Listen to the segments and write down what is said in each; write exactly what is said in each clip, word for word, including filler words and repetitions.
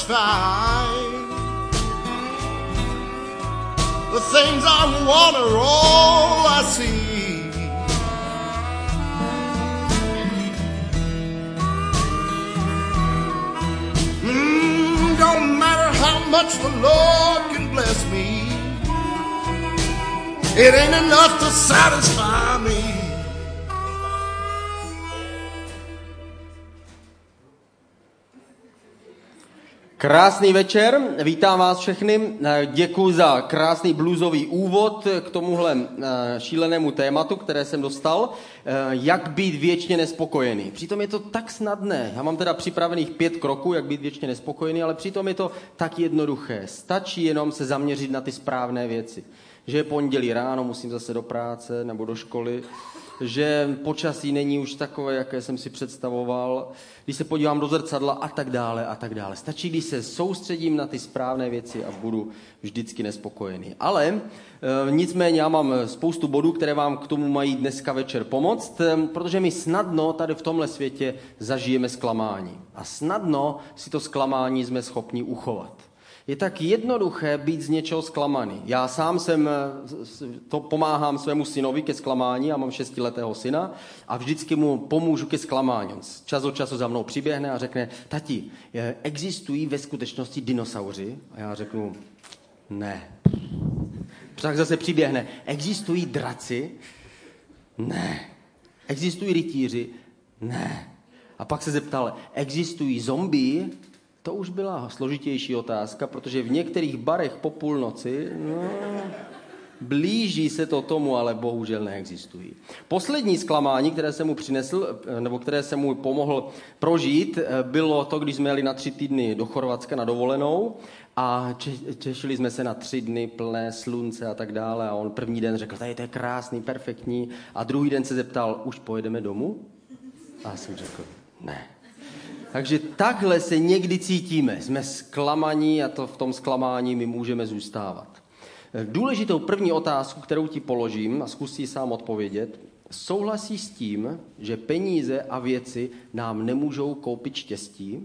satisfied. The things I want are all I see. Mm, don't matter how much the Lord can bless me, it ain't enough to satisfy me. Krásný večer, vítám vás všechny, děkuji za krásný bluesový úvod k tomuhle šílenému tématu, které jsem dostal, jak být věčně nespokojený. Přitom je to tak snadné, já mám teda připravených pět kroků, jak být věčně nespokojený, ale přitom je to tak jednoduché, stačí jenom se zaměřit na ty správné věci. Že je pondělí ráno, musím zase do práce nebo do školy, že počasí není už takové, jaké jsem si představoval, když se podívám do zrcadla a tak dále a tak dále. Stačí, když se soustředím na ty správné věci a budu vždycky nespokojený. Ale e, nicméně já mám spoustu bodů, které vám k tomu mají dneska večer pomoct, e, protože my snadno tady v tomhle světě zažijeme zklamání. A snadno si to zklamání jsme schopni uchovat. Je tak jednoduché být z něčeho zklamaný. Já sám jsem, to pomáhám svému synovi ke zklamání, já mám šestiletého syna a vždycky mu pomůžu ke zklamání. On čas od času za mnou přiběhne a řekne, tati, existují ve skutečnosti dinosauři? A já řeknu, ne. Tak zase přiběhne, existují draci? Ne. Existují rytíři? Ne. A pak se zeptal, existují zombie? To už byla složitější otázka, protože v některých barech po půlnoci, no, blíží se to tomu, ale bohužel neexistují. Poslední zklamání, které jsem mu přinesl, nebo které jsem mu pomohl prožít, bylo to, když jsme jeli na tři týdny do Chorvatska na dovolenou a těšili jsme se na tři dny plné slunce a tak dále. A on první den řekl, tady to je krásný, perfektní. A druhý den se zeptal, už pojedeme domů? A já jsem řekl, ne. Takže takhle se někdy cítíme. Jsme zklamaní a to v tom zklamání my můžeme zůstávat. Důležitou první otázku, kterou ti položím a zkus si sám odpovědět, souhlasíš s tím, že peníze a věci nám nemůžou koupit štěstí?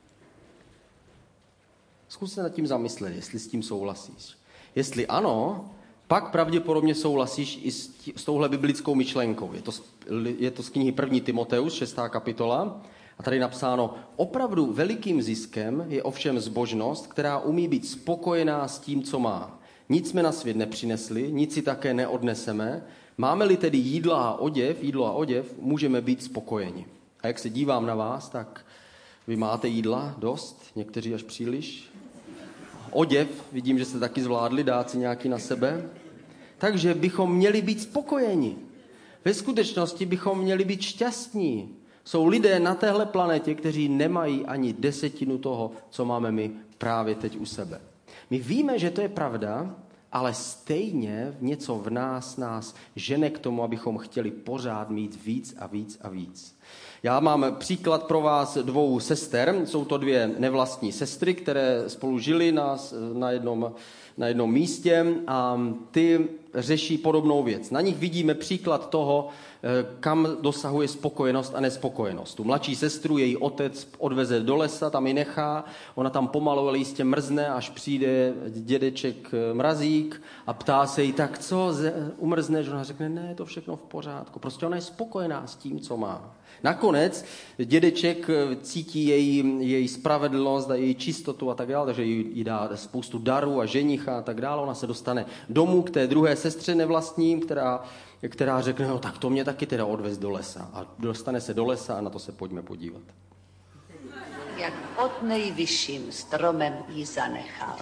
Zkus se nad tím zamyslet, jestli s tím souhlasíš. Jestli ano, pak pravděpodobně souhlasíš i s, tí, s touhle biblickou myšlenkou. Je to, je to z knihy první Timoteus, šestá kapitola. A tady napsáno, opravdu velikým ziskem je ovšem zbožnost, která umí být spokojená s tím, co má. Nic jsme na svět nepřinesli, nic si také neodneseme. Máme-li tedy jídla a oděv, jídlo a oděv, můžeme být spokojeni. A jak se dívám na vás, tak vy máte jídla dost, někteří až příliš. Oděv, vidím, že jste taky zvládli dát si nějaký na sebe. Takže bychom měli být spokojeni. Ve skutečnosti bychom měli být šťastní. Jsou lidé na téhle planetě, kteří nemají ani desetinu toho, co máme my právě teď u sebe. My víme, že to je pravda, ale stejně něco v nás nás žene k tomu, abychom chtěli pořád mít víc a víc a víc. Já mám příklad pro vás dvou sester. Jsou to dvě nevlastní sestry, které spolu žily na, na, jednom, na jednom místě a ty řeší podobnou věc. Na nich vidíme příklad toho, kam dosahuje spokojenost a nespokojenost. Tu mladší sestru její otec odveze do lesa, tam ji nechá, ona tam pomalu, ale jistě mrzne, až přijde dědeček Mrazík a ptá se jí, tak co, umrzneš? Ona řekne, ne, to všechno v pořádku. Prostě ona je spokojená s tím, co má. Nakonec dědeček cítí její, její spravedlnost a její čistotu a tak dále, takže jí dá spoustu darů a ženicha a tak dále. Ona se dostane domů k té druhé sestře nevlastní, která, která řekne, no tak to mě taky teda odvez do lesa. A dostane se do lesa a na to se pojďme podívat. Jak pod nejvyšším stromem ji zanechal.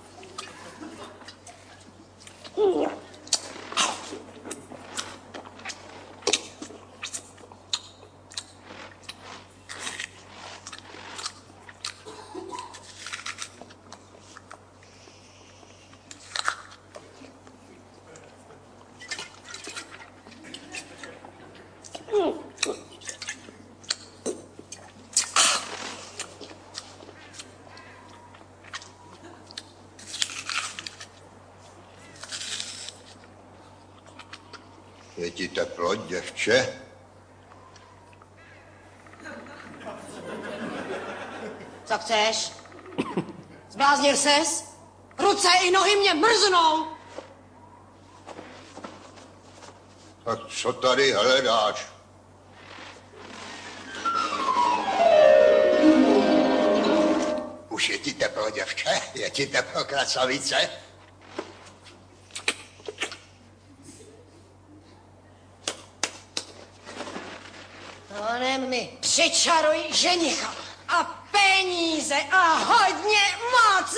Je ti teplo, děvče? Co chceš? Zbláznil ses? Ruce i nohy mě mrznou. Tak co tady hledáš? Už je ti teplo, děvče? Je ti teplo, krasavice? Honem mi přičaruj ženicha a peníze a hodně moc.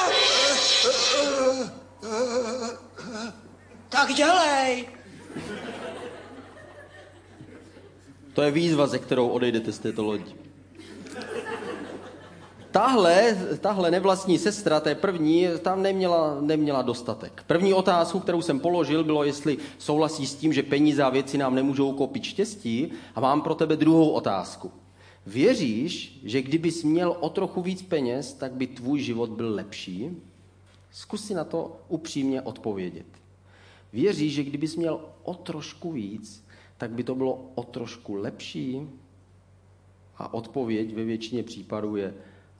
Tak dělej. To je výzva, ze kterou odejdete z této lodi. Tahle, tahle nevlastní sestra, té první, tam neměla, neměla dostatek. První otázku, kterou jsem položil, bylo, jestli souhlasí s tím, že peníze a věci nám nemůžou koupit štěstí. A mám pro tebe druhou otázku. Věříš, že kdybys měl o trochu víc peněz, tak by tvůj život byl lepší? Zkus si na to upřímně odpovědět. Věříš, že kdybys měl o trošku víc, tak by to bylo o trošku lepší? A odpověď ve většině případů je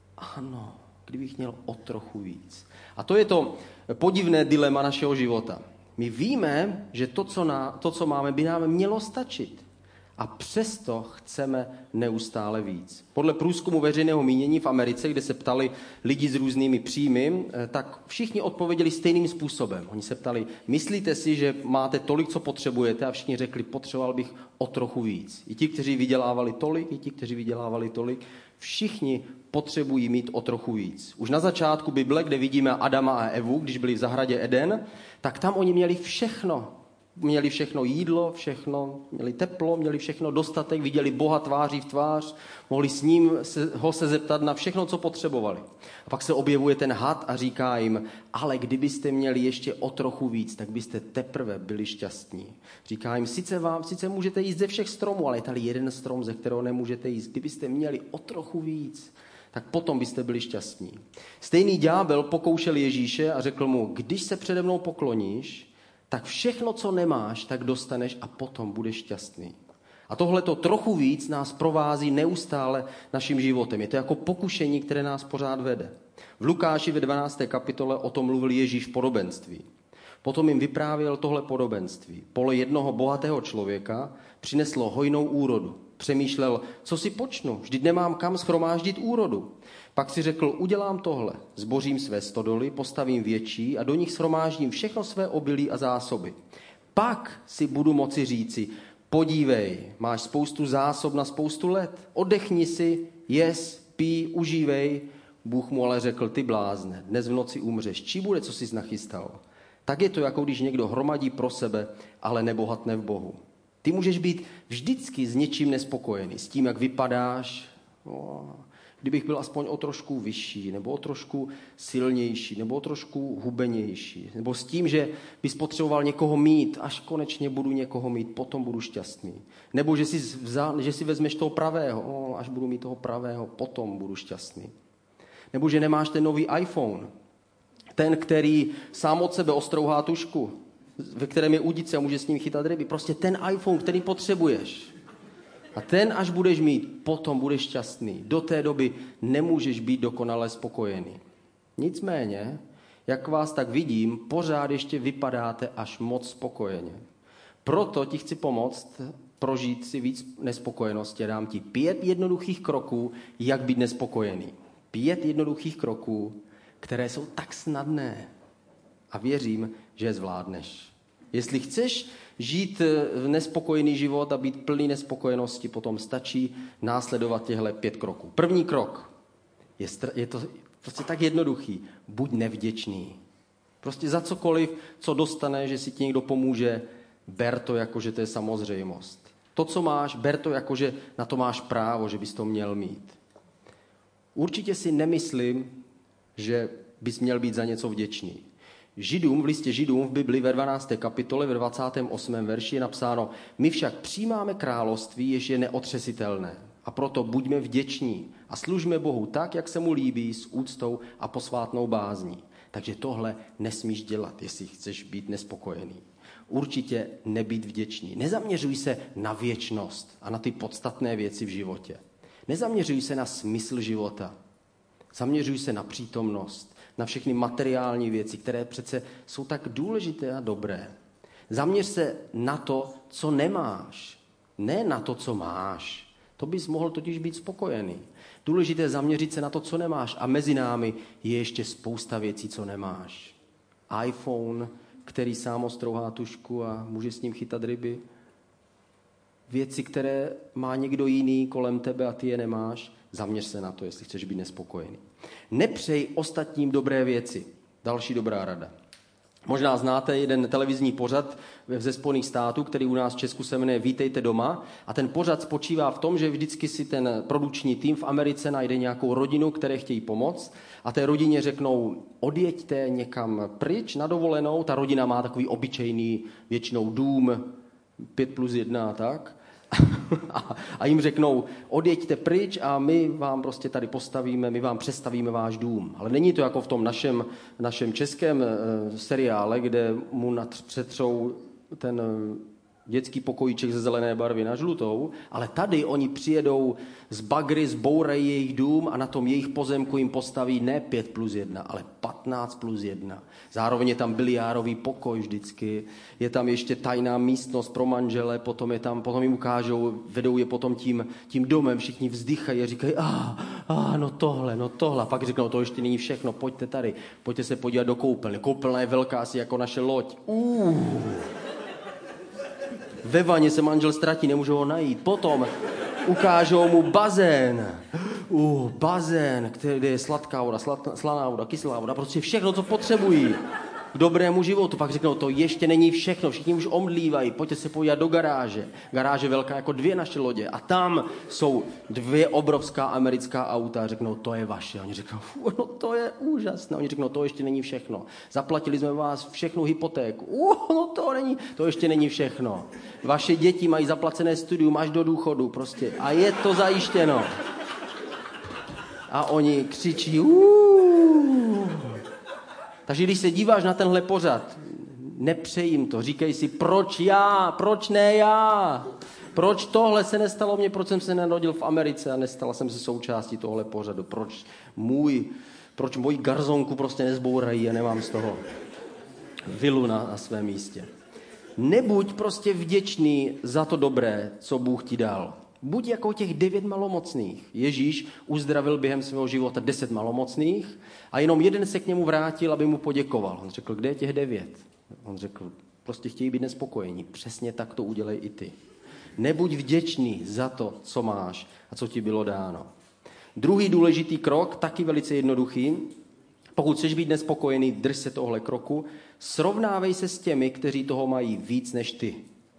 ano, kdybych měl o trochu víc. A to je to podivné dilema našeho života. My víme, že to, co, na, to, co máme, by nám mělo stačit. A přesto chceme neustále víc. Podle průzkumu veřejného mínění v Americe, kde se ptali lidi s různými příjmy, tak všichni odpověděli stejným způsobem. Oni se ptali, myslíte si, že máte tolik, co potřebujete? A všichni řekli, potřeboval bych o trochu víc. I ti, kteří vydělávali tolik, i ti, kteří vydělávali tolik, všichni potřebují mít o trochu víc. Už na začátku Bible, kde vidíme Adama a Evu, když byli v zahradě Eden, tak tam oni měli všechno. Měli všechno jídlo, všechno, měli teplo, měli všechno dostatek, viděli Boha tváří v tvář, mohli s ním se, ho se zeptat na všechno, co potřebovali. A pak se objevuje ten had a říká jim, ale kdybyste měli ještě o trochu víc, tak byste teprve byli šťastní. Říká jim, sice vám, sice můžete jíst ze všech stromů, ale je tady jeden strom, ze kterého nemůžete jíst. Kdybyste měli o trochu víc, tak potom byste byli šťastní. Stejný ďábel pokoušel Ježíše a řekl mu, když se přede mnou pokloníš, tak všechno, co nemáš, tak dostaneš a potom budeš šťastný. A tohleto trochu víc nás provází neustále naším životem. Je to jako pokušení, které nás pořád vede. V Lukáši ve dvanácté kapitole o tom mluvil Ježíš v podobenství. Potom jim vyprávěl tohle podobenství. Pole jednoho bohatého člověka přineslo hojnou úrodu. Přemýšlel, co si počnu, vždyť nemám kam shromáždit úrodu. Pak si řekl, udělám tohle, zbořím své stodoly, postavím větší a do nich shromáždím všechno své obilí a zásoby. Pak si budu moci říci, podívej, máš spoustu zásob na spoustu let, oddechni si, jes, pí, užívej. Bůh mu ale řekl, ty blázne, dnes v noci umřeš, čí bude, co jsi nachystal? Tak je to, jako když někdo hromadí pro sebe, ale nebohatne v Bohu. Ty můžeš být vždycky s něčím nespokojený, s tím, jak vypadáš. No, kdybych byl aspoň o trošku vyšší, nebo o trošku silnější, nebo o trošku hubenější, nebo s tím, že bys potřeboval někoho mít, až konečně budu někoho mít, potom budu šťastný. Nebo že si, vzal, že si vezmeš toho pravého, no, až budu mít toho pravého, potom budu šťastný. Nebo že nemáš ten nový iPhone, ten, který sám od sebe ostrouhá tušku, ve kterém je udice a může s ním chytat ryby. Prostě ten iPhone, který potřebuješ. A ten, až budeš mít, potom budeš šťastný. Do té doby nemůžeš být dokonale spokojený. Nicméně, jak vás tak vidím, pořád ještě vypadáte až moc spokojeně. Proto ti chci pomoct prožít si víc nespokojenosti. Dám ti pět jednoduchých kroků, jak být nespokojený. Pět jednoduchých kroků, které jsou tak snadné. A věřím, že je zvládneš. Jestli chceš žít nespokojený život a být plný nespokojenosti, potom stačí následovat těhle pět kroků. První krok je, je to prostě tak jednoduchý. Buď nevděčný. Prostě za cokoliv, co dostane, že si ti někdo pomůže, ber to jako, že to je samozřejmost. To, co máš, ber to jako, že na to máš právo, že bys to měl mít. Určitě si nemyslím, že bys měl být za něco vděčný. Židům, v listě Židům v Bibli ve dvanácté kapitole ve dvacátém osmém verši je napsáno, my však přijímáme království, jež je neotřesitelné. A proto buďme vděční a služme Bohu tak, jak se mu líbí, s úctou a posvátnou bázní. Takže tohle nesmíš dělat, jestli chceš být nespokojený. Určitě nebýt vděčný. Nezaměřuj se na věčnost a na ty podstatné věci v životě. Nezaměřuj se na smysl života, Zaměřuj se na přítomnost, na všechny materiální věci, které přece jsou tak důležité a dobré. Zaměř se na to, co nemáš, ne na to, co máš. To bys mohl totiž být spokojený. Důležité je zaměřit se na to, co nemáš. A mezi námi je ještě spousta věcí, co nemáš. iPhone, který sám ostrouhá tušku a může s ním chytat ryby. Věci, které má někdo jiný kolem tebe a ty je nemáš. Zaměř se na to, jestli chceš být nespokojený. Nepřej ostatním dobré věci. Další dobrá rada. Možná znáte jeden televizní pořad ze Spojených států, který u nás v Česku se jmenuje Vítejte doma. A ten pořad spočívá v tom, že vždycky si ten produkční tým v Americe najde nějakou rodinu, které chtějí pomoct. A té rodině řeknou, odjeďte někam pryč na dovolenou. Ta rodina má takový obyčejný většinou dům, pět plus jedna a tak. A, a jim řeknou, odjeďte pryč a my vám prostě tady postavíme, my vám přestavíme váš dům. Ale není to jako v tom našem, našem českém e, seriále, kde mu natřetřou ten e, dětský pokojíček ze zelené barvy na žlutou, ale tady oni přijedou z bagry, zbourají jejich dům a na tom jejich pozemku jim postaví ne pět plus jedna, ale patnáct plus jedna. Zároveň je tam biliárový pokoj vždycky, je tam ještě tajná místnost pro manžele, potom je tam, potom jim ukážou, vedou je potom tím, tím domem, všichni vzdychají a říkají, a, a no tohle, no tohle. A pak řeknou, to ještě není všechno, pojďte tady, pojďte se podívat do koupelny. Koupelna je velká asi jako naše loď. Uh. Ve vaně se manžel ztratí, nemůžou ho najít. Potom ukážou mu bazén. Uh, bazén, který je sladká voda, slad, slaná voda, kyselá voda, prostě všechno, co potřebují k dobrému životu. Pak řeknou, to ještě není všechno, všichni už omdlívají, pojďte se podívat do garáže. Garáže velká jako dvě naše lodě a tam jsou dvě obrovská americká auta a řeknou, to je vaše. Oni řeknou, no to je úžasné. Oni řeknou, to ještě není všechno. Zaplatili jsme vás všechnu hypotéku. Uh, no to není, to ještě není všechno. Vaše děti mají zaplacené studium až do důchodu prostě a je to zajištěno. A oni křičí, uh. Takže když se díváš na tenhle pořad, nepřej jim to, říkej si, proč já, proč ne já, proč tohle se nestalo mně, proč jsem se narodil v Americe a nestala jsem se součástí tohle pořadu, proč můj, proč moji garzonku prostě nezbourají a nemám z toho vilu na, na svém místě. Nebuď prostě vděčný za to dobré, co Bůh ti dal. Buď jako těch devět malomocných. Ježíš uzdravil během svého života deset malomocných a jenom jeden se k němu vrátil, aby mu poděkoval. On řekl, kde je těch devět? On řekl, prostě chtějí být nespokojení. Přesně tak to udělej i ty. Nebuď vděčný za to, co máš a co ti bylo dáno. Druhý důležitý krok, taky velice jednoduchý. Pokud chceš být nespokojený, drž se tohle kroku. Srovnávej se s těmi, kteří toho mají víc než ty.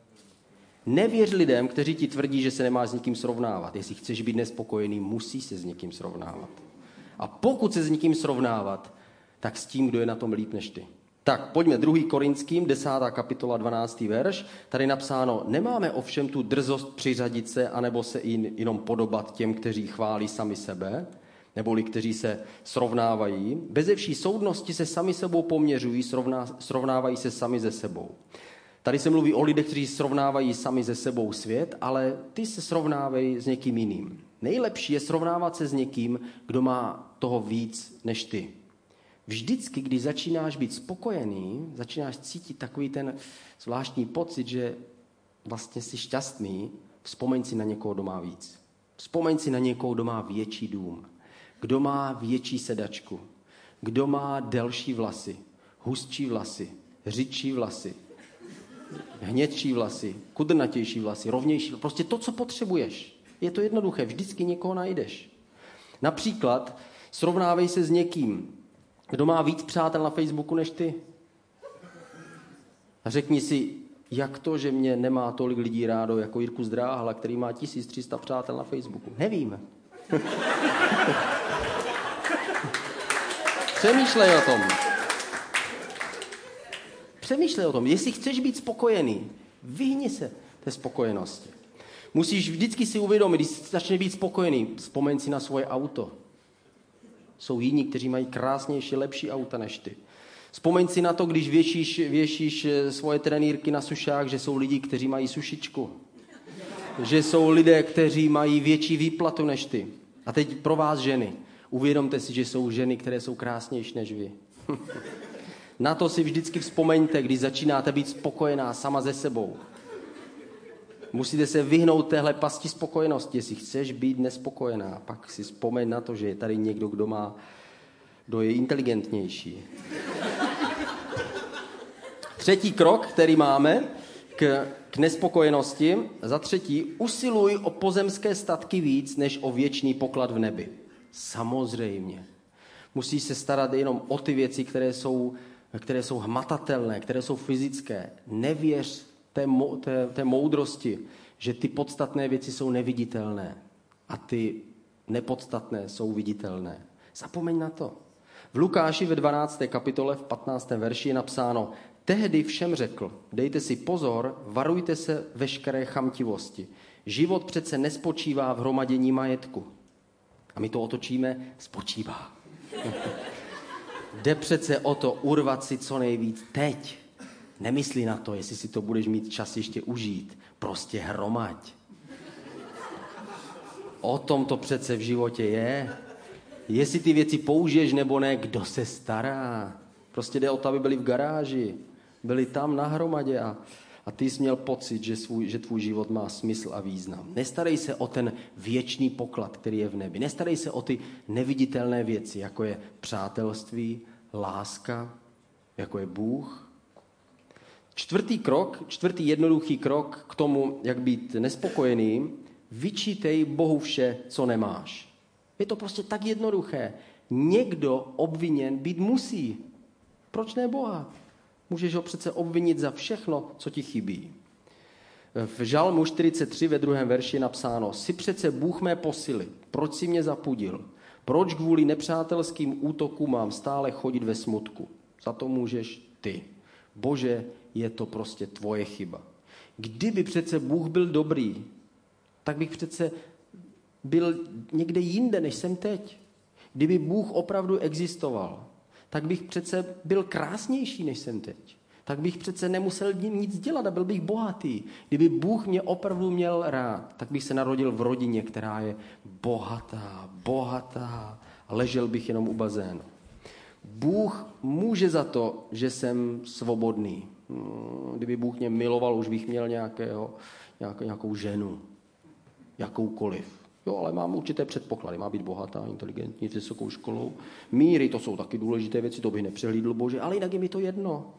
Nevěř lidem, kteří ti tvrdí, že se nemáš s někým srovnávat. Jestli chceš být nespokojený, musíš se s někým srovnávat. A pokud se s někým srovnávat, tak s tím, kdo je na tom líp než ty. Tak, pojďme druhý Korinským, desátá kapitola, dvanáctý verš. Tady napsáno, nemáme ovšem tu drzost přiřadit se, anebo se jenom podobat těm, kteří chválí sami sebe, neboli kteří se srovnávají. Beze vší soudnosti se sami sebou poměřují, srovná, srovnávají se sami ze sebou. Tady se mluví o lidech, kteří srovnávají sami ze sebou svět, ale ty se srovnávají s někým jiným. Nejlepší je srovnávat se s někým, kdo má toho víc než ty. Vždycky, když začínáš být spokojený, začínáš cítit takový ten zvláštní pocit, že vlastně jsi šťastný, vzpomeň si na někoho, kdo má víc. Vzpomeň si na někoho, kdo má větší dům, kdo má větší sedačku, kdo má delší vlasy, hustší vlasy, řidší vlasy, hnědší vlasy, kudrnatější vlasy, rovnější, prostě to, co potřebuješ. Je to jednoduché, vždycky někoho najdeš. Například srovnávej se s někým, kdo má víc přátel na Facebooku než ty. A řekni si, jak to, že mě nemá tolik lidí rádo jako Jirku Zdráhala, který má tisíc tři sta přátel na Facebooku. Nevím. Přemýšlej o tom. Přemýšlej o tom. Jestli chceš být spokojený, vyhni se té spokojenosti. Musíš vždycky si uvědomit, když začneš být spokojený, vzpomeň si na svoje auto. Jsou jiní, kteří mají krásnější, lepší auta než ty. Vzpomeň si na to, když věšíš, věšíš svoje trenýrky na sušák, že jsou lidi, kteří mají sušičku. Že jsou lidé, kteří mají větší výplatu než ty. A teď pro vás ženy. Uvědomte si, že jsou ženy, které jsou krásnější než vy. Na to si vždycky vzpomeňte, když začínáte být spokojená sama ze sebou. Musíte se vyhnout téhle pasti spokojenosti, jestli chceš být nespokojená. Pak si vzpomeň na to, že je tady někdo, kdo má, kdo je inteligentnější. Třetí krok, který máme k, k nespokojenosti, za třetí, usiluj o pozemské statky víc, než o věčný poklad v nebi. Samozřejmě. Musíš se starat jenom o ty věci, které jsou, které jsou hmatatelné, které jsou fyzické. Nevěř té, té, té moudrosti, že ty podstatné věci jsou neviditelné a ty nepodstatné jsou viditelné. Zapomeň na to. V Lukáši ve dvanácté kapitole v patnáctém verši je napsáno: tehdy všem řekl, dejte si pozor, varujte se veškeré chamtivosti. Život přece nespočívá v hromadění majetku. A my to otočíme, spočívá. Jde přece o to urvat si co nejvíc teď. Nemyslí na to, jestli si to budeš mít čas ještě užít. Prostě hromaď. O tom to přece v životě je. Jestli ty věci použiješ nebo ne, kdo se stará. Prostě jde o to, aby byli v garáži. Byli tam na hromadě a, a ty jsi měl pocit, že, svůj, že tvůj život má smysl a význam. Nestarej se o ten věčný poklad, který je v nebi. Nestarej se o ty neviditelné věci, jako je přátelství, láska, jako je Bůh. Čtvrtý krok, čtvrtý jednoduchý krok k tomu, jak být nespokojený, vyčítej Bohu vše, co nemáš. Je to prostě tak jednoduché. Někdo obviněn být musí. Proč ne Boha? Můžeš ho přece obvinit za všechno, co ti chybí. V Žalmu čtyřicet tři ve druhém verši je napsáno: jsi přece Bůh mé posily, proč jsi mě zapudil? Proč kvůli nepřátelským útokům mám stále chodit ve smutku? Za to můžeš ty. Bože, je to prostě tvoje chyba. Kdyby přece Bůh byl dobrý, tak bych přece byl někde jinde, než jsem teď. Kdyby Bůh opravdu existoval, tak bych přece byl krásnější, než jsem teď. Tak bych přece nemusel nic dělat a byl bych bohatý. Kdyby Bůh mě opravdu měl rád, tak bych se narodil v rodině, která je bohatá, bohatá a ležel bych jenom u bazénu. Bůh může za to, že jsem svobodný. Kdyby Bůh mě miloval, už bych měl nějakého, nějakou, nějakou ženu. Jakoukoliv. Jo, ale mám určité předpoklady. Má být bohatá, inteligentní, s vysokou školou. Míry, to jsou taky důležité věci, to bych nepřehlídl, Bože, ale jinak je mi to jedno.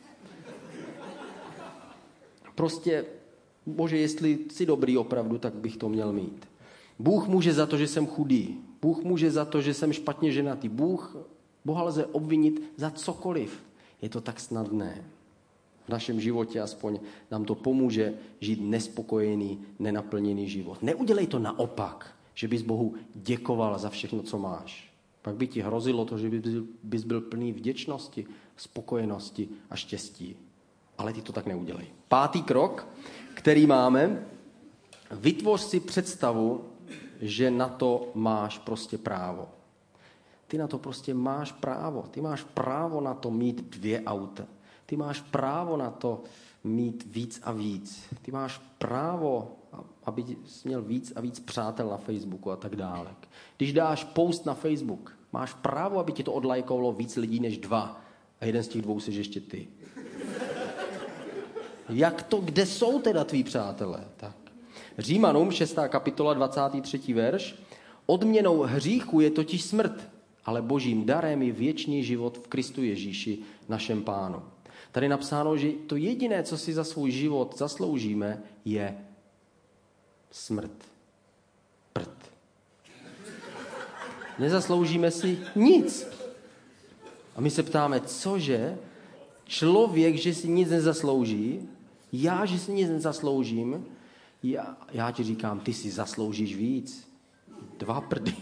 Prostě, Bože, jestli jsi dobrý opravdu, tak bych to měl mít. Bůh může za to, že jsem chudý. Bůh může za to, že jsem špatně ženatý. Bůh, Boha lze obvinit za cokoliv. Je to tak snadné. V našem životě aspoň nám to pomůže žít nespokojený, nenaplněný život. Neudělej to naopak, že bys Bohu děkoval za všechno, co máš. Pak by ti hrozilo to, že bys byl plný vděčnosti, spokojenosti a štěstí. Ale ty to tak neudělej. Pátý krok, který máme, vytvoř si představu, že na to máš prostě právo. Ty na to prostě máš právo. Ty máš právo na to mít dvě auta. Ty máš právo na to mít víc a víc. Ty máš právo, aby jsi měl víc a víc přátel na Facebooku a tak dále. Když dáš post na Facebook, máš právo, aby ti to odlajkovalo víc lidí než dva. A jeden z těch dvou jsi ještě ty. Jak to, kde jsou teda tví přátelé? Tak. Římanům šestá kapitola dvacátý třetí verš. Odměnou hříchu je totiž smrt, ale božím darem je věčný život v Kristu Ježíši, našem Pánu. Tady je napsáno, že to jediné, co si za svůj život zasloužíme, je smrt. Prd. Nezasloužíme si nic. A my se ptáme, cože? Člověk, že si nic nezaslouží, já, že si nic nezasloužím, já, já ti říkám, ty si zasloužíš víc. Dva prdy.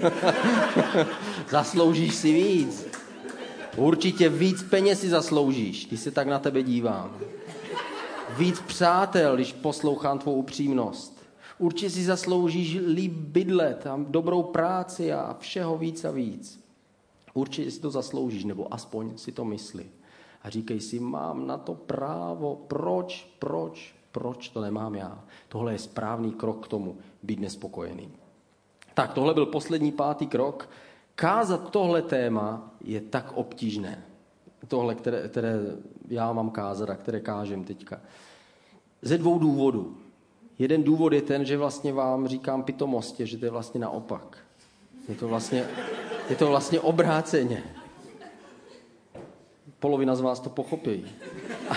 Zasloužíš si víc. Určitě víc peněz si zasloužíš, když se tak na tebe dívám. Víc přátel, když poslouchám tvou upřímnost. Určitě si zasloužíš líp bydlet a dobrou práci a všeho víc a víc. Určitě si to zasloužíš, nebo aspoň si to myslí. A říkej si, mám na to právo, proč, proč, proč to nemám já. Tohle je správný krok k tomu, být nespokojený. Tak, tohle byl poslední pátý krok kázat tohle téma je tak obtížné. Tohle, které, které já mám kázat a které kážem teďka. Ze dvou důvodů. Jeden důvod je ten, že vlastně vám říkám pitomostě, že to je vlastně naopak. Je to vlastně, je to vlastně obráceně. Polovina z vás to pochopí. A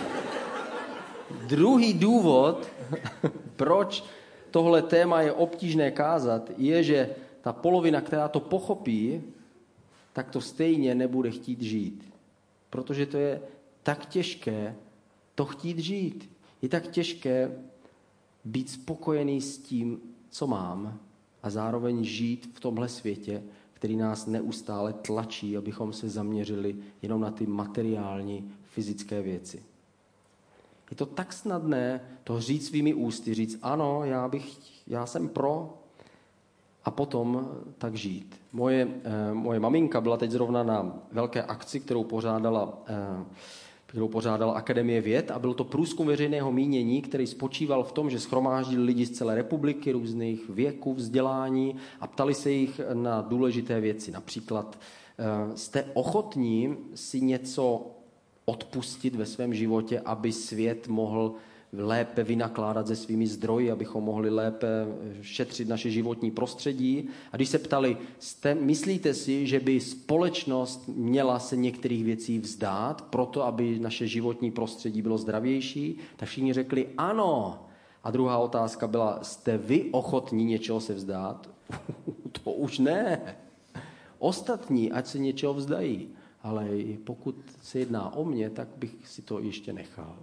druhý důvod, proč tohle téma je obtížné kázat, je, že ta polovina, která to pochopí, tak to stejně nebude chtít žít. Protože to je tak těžké to chtít žít. Je tak těžké být spokojený s tím, co mám a zároveň žít v tomhle světě, který nás neustále tlačí, abychom se zaměřili jenom na ty materiální, fyzické věci. Je to tak snadné to říct svými ústy, říct ano, já, bych, já jsem pro, a potom tak žít. Moje, eh, moje maminka byla teď zrovna na velké akci, kterou pořádala, eh, kterou pořádala Akademie věd, a byl to průzkum veřejného mínění, který spočíval v tom, že shromáždili lidi z celé republiky, různých věků, vzdělání, a ptali se jich na důležité věci. Například, eh, jste ochotní si něco odpustit ve svém životě, aby svět mohl lépe vynakládat se svými zdroji, abychom mohli lépe šetřit naše životní prostředí. A když se ptali, jste, myslíte si, že by společnost měla se některých věcí vzdát, proto aby naše životní prostředí bylo zdravější, tak všichni řekli ano. A druhá otázka byla, jste vy ochotní něčeho se vzdát? To už ne. Ostatní, ať se něčeho vzdají. Ale pokud se jedná o mě, tak bych si to ještě nechal.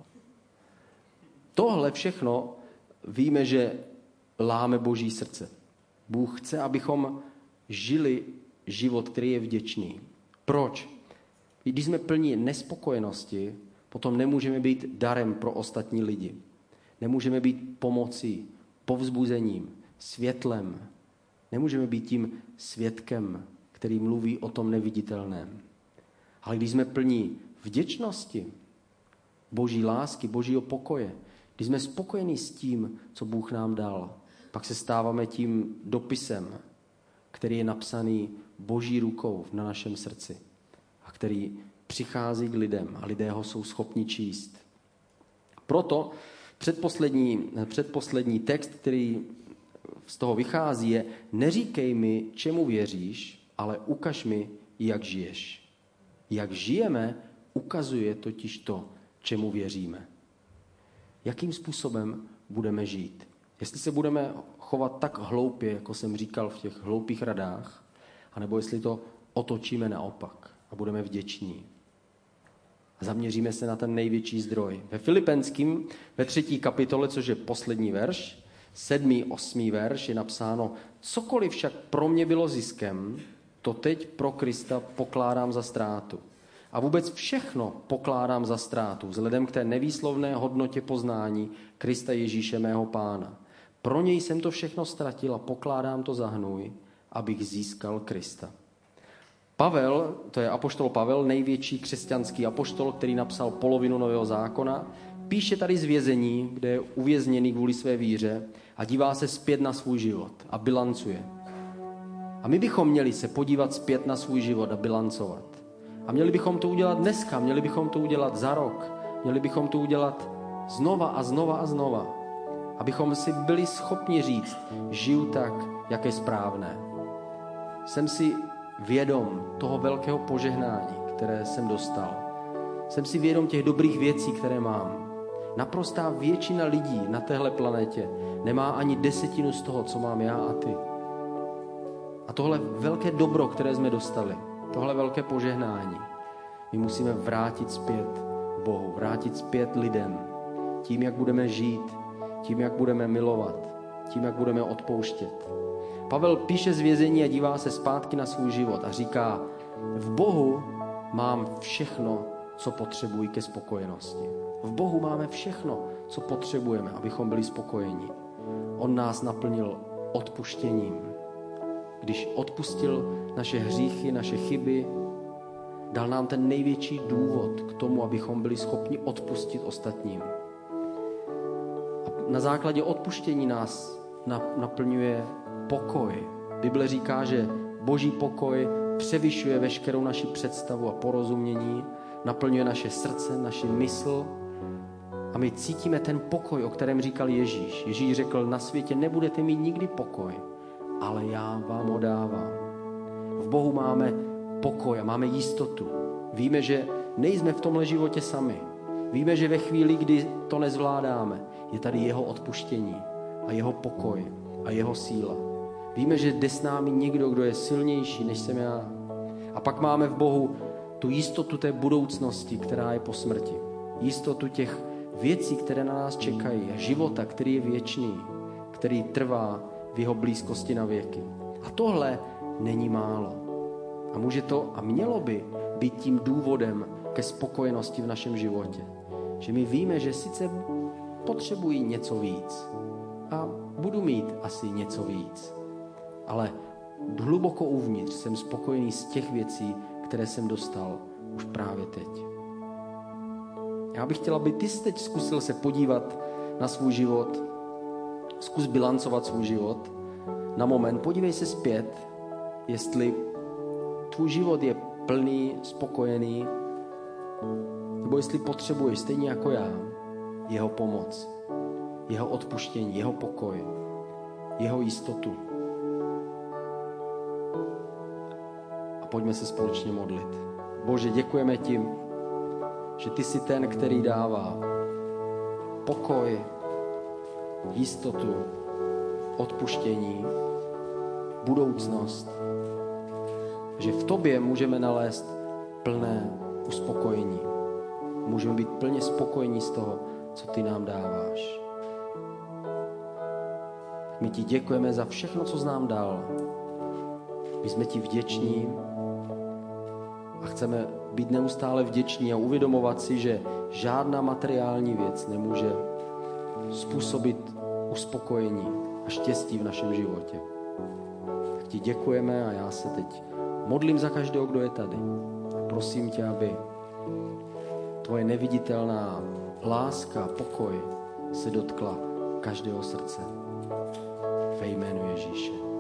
Tohle všechno víme, že láme Boží srdce. Bůh chce, abychom žili život, který je vděčný. Proč? Když jsme plní nespokojenosti, potom nemůžeme být darem pro ostatní lidi. Nemůžeme být pomocí, povzbuzením, světlem. Nemůžeme být tím svědkem, který mluví o tom neviditelném. Ale když jsme plní vděčnosti, Boží lásky, Božího pokoje, když jsme spokojení s tím, co Bůh nám dal, pak se stáváme tím dopisem, který je napsaný Boží rukou na našem srdci a který přichází k lidem a lidé ho jsou schopni číst. Proto předposlední, předposlední text, který z toho vychází, je: neříkej mi, čemu věříš, ale ukaž mi, jak žiješ. Jak žijeme, ukazuje totiž to, čemu věříme. Jakým způsobem budeme žít? Jestli se budeme chovat tak hloupě, jako jsem říkal v těch hloupých radách, anebo jestli to otočíme naopak a budeme vděční. A zaměříme se na ten největší zdroj. Ve Filipenským, ve třetí kapitole, což je poslední verš, sedmý, osmý verš, je napsáno: cokoliv však pro mě bylo ziskem, to teď pro Krista pokládám za ztrátu. A vůbec všechno pokládám za ztrátu, vzhledem k té nevýslovné hodnotě poznání Krista Ježíše mého Pána. Pro něj jsem to všechno ztratil a pokládám to za hnůj, abych získal Krista. Pavel, to je apoštol Pavel, největší křesťanský apoštol, který napsal polovinu Nového zákona, píše tady z vězení, kde je uvězněný kvůli své víře, a dívá se zpět na svůj život a bilancuje. A my bychom měli se podívat zpět na svůj život a bilancovat. A měli bychom to udělat dneska, měli bychom to udělat za rok, měli bychom to udělat znova a znova a znova, abychom si byli schopni říct, žiju tak, jak je správné. Jsem si vědom toho velkého požehnání, které jsem dostal. Jsem si vědom těch dobrých věcí, které mám. Naprostá většina lidí na téhle planetě nemá ani desetinu z toho, co mám já a ty. A tohle velké dobro, které jsme dostali, tohle velké požehnání, my musíme vrátit zpět Bohu, vrátit zpět lidem. Tím, jak budeme žít, tím, jak budeme milovat, tím, jak budeme odpouštět. Pavel píše z vězení a dívá se zpátky na svůj život a říká: v Bohu mám všechno, co potřebuji ke spokojenosti. V Bohu máme všechno, co potřebujeme, abychom byli spokojeni. On nás naplnil odpuštěním. Když odpustil naše hříchy, naše chyby, dal nám ten největší důvod k tomu, abychom byli schopni odpustit ostatním. A na základě odpuštění nás naplňuje pokoj. Bible říká, že Boží pokoj převyšuje veškerou naši představu a porozumění, naplňuje naše srdce, naši mysl a my cítíme ten pokoj, o kterém říkal Ježíš. Ježíš řekl, na světě nebudete mít nikdy pokoj, ale já vám ho dávám. V Bohu máme pokoj a máme jistotu. Víme, že nejsme v tomhle životě sami. Víme, že ve chvíli, kdy to nezvládáme, je tady jeho odpuštění a jeho pokoj a jeho síla. Víme, že jde s námi někdo, kdo je silnější, než jsem já. A pak máme v Bohu tu jistotu té budoucnosti, která je po smrti. Jistotu těch věcí, které na nás čekají a života, který je věčný, který trvá v jeho blízkosti na věky. A tohle není málo. A může to a mělo by být tím důvodem ke spokojenosti v našem životě. Že my víme, že sice potřebuji něco víc a budu mít asi něco víc, ale hluboko uvnitř jsem spokojený z těch věcí, které jsem dostal už právě teď. Já bych chtěla, aby ty jsi teď zkusil se podívat na svůj život, zkus bilancovat svůj život na moment, podívej se zpět, jestli tvůj život je plný, spokojený, nebo jestli potřebuješ, stejně jako já, jeho pomoc, jeho odpuštění, jeho pokoj, jeho jistotu. A pojďme se společně modlit. Bože, děkujeme ti, že ty jsi ten, který dává pokoj, jistotu, odpuštění, budoucnost. Že v tobě můžeme nalézt plné uspokojení. Můžeme být plně spokojení z toho, co ty nám dáváš. My ti děkujeme za všechno, co jsi nám dal. My jsme ti vděční a chceme být neustále vděční a uvědomovat si, že žádná materiální věc nemůže způsobit uspokojení a štěstí v našem životě. Tak ti děkujeme a já se teď modlím za každého, kdo je tady. Prosím tě, aby tvoje neviditelná láska, pokoj se dotkla každého srdce. Ve jménu Ježíše.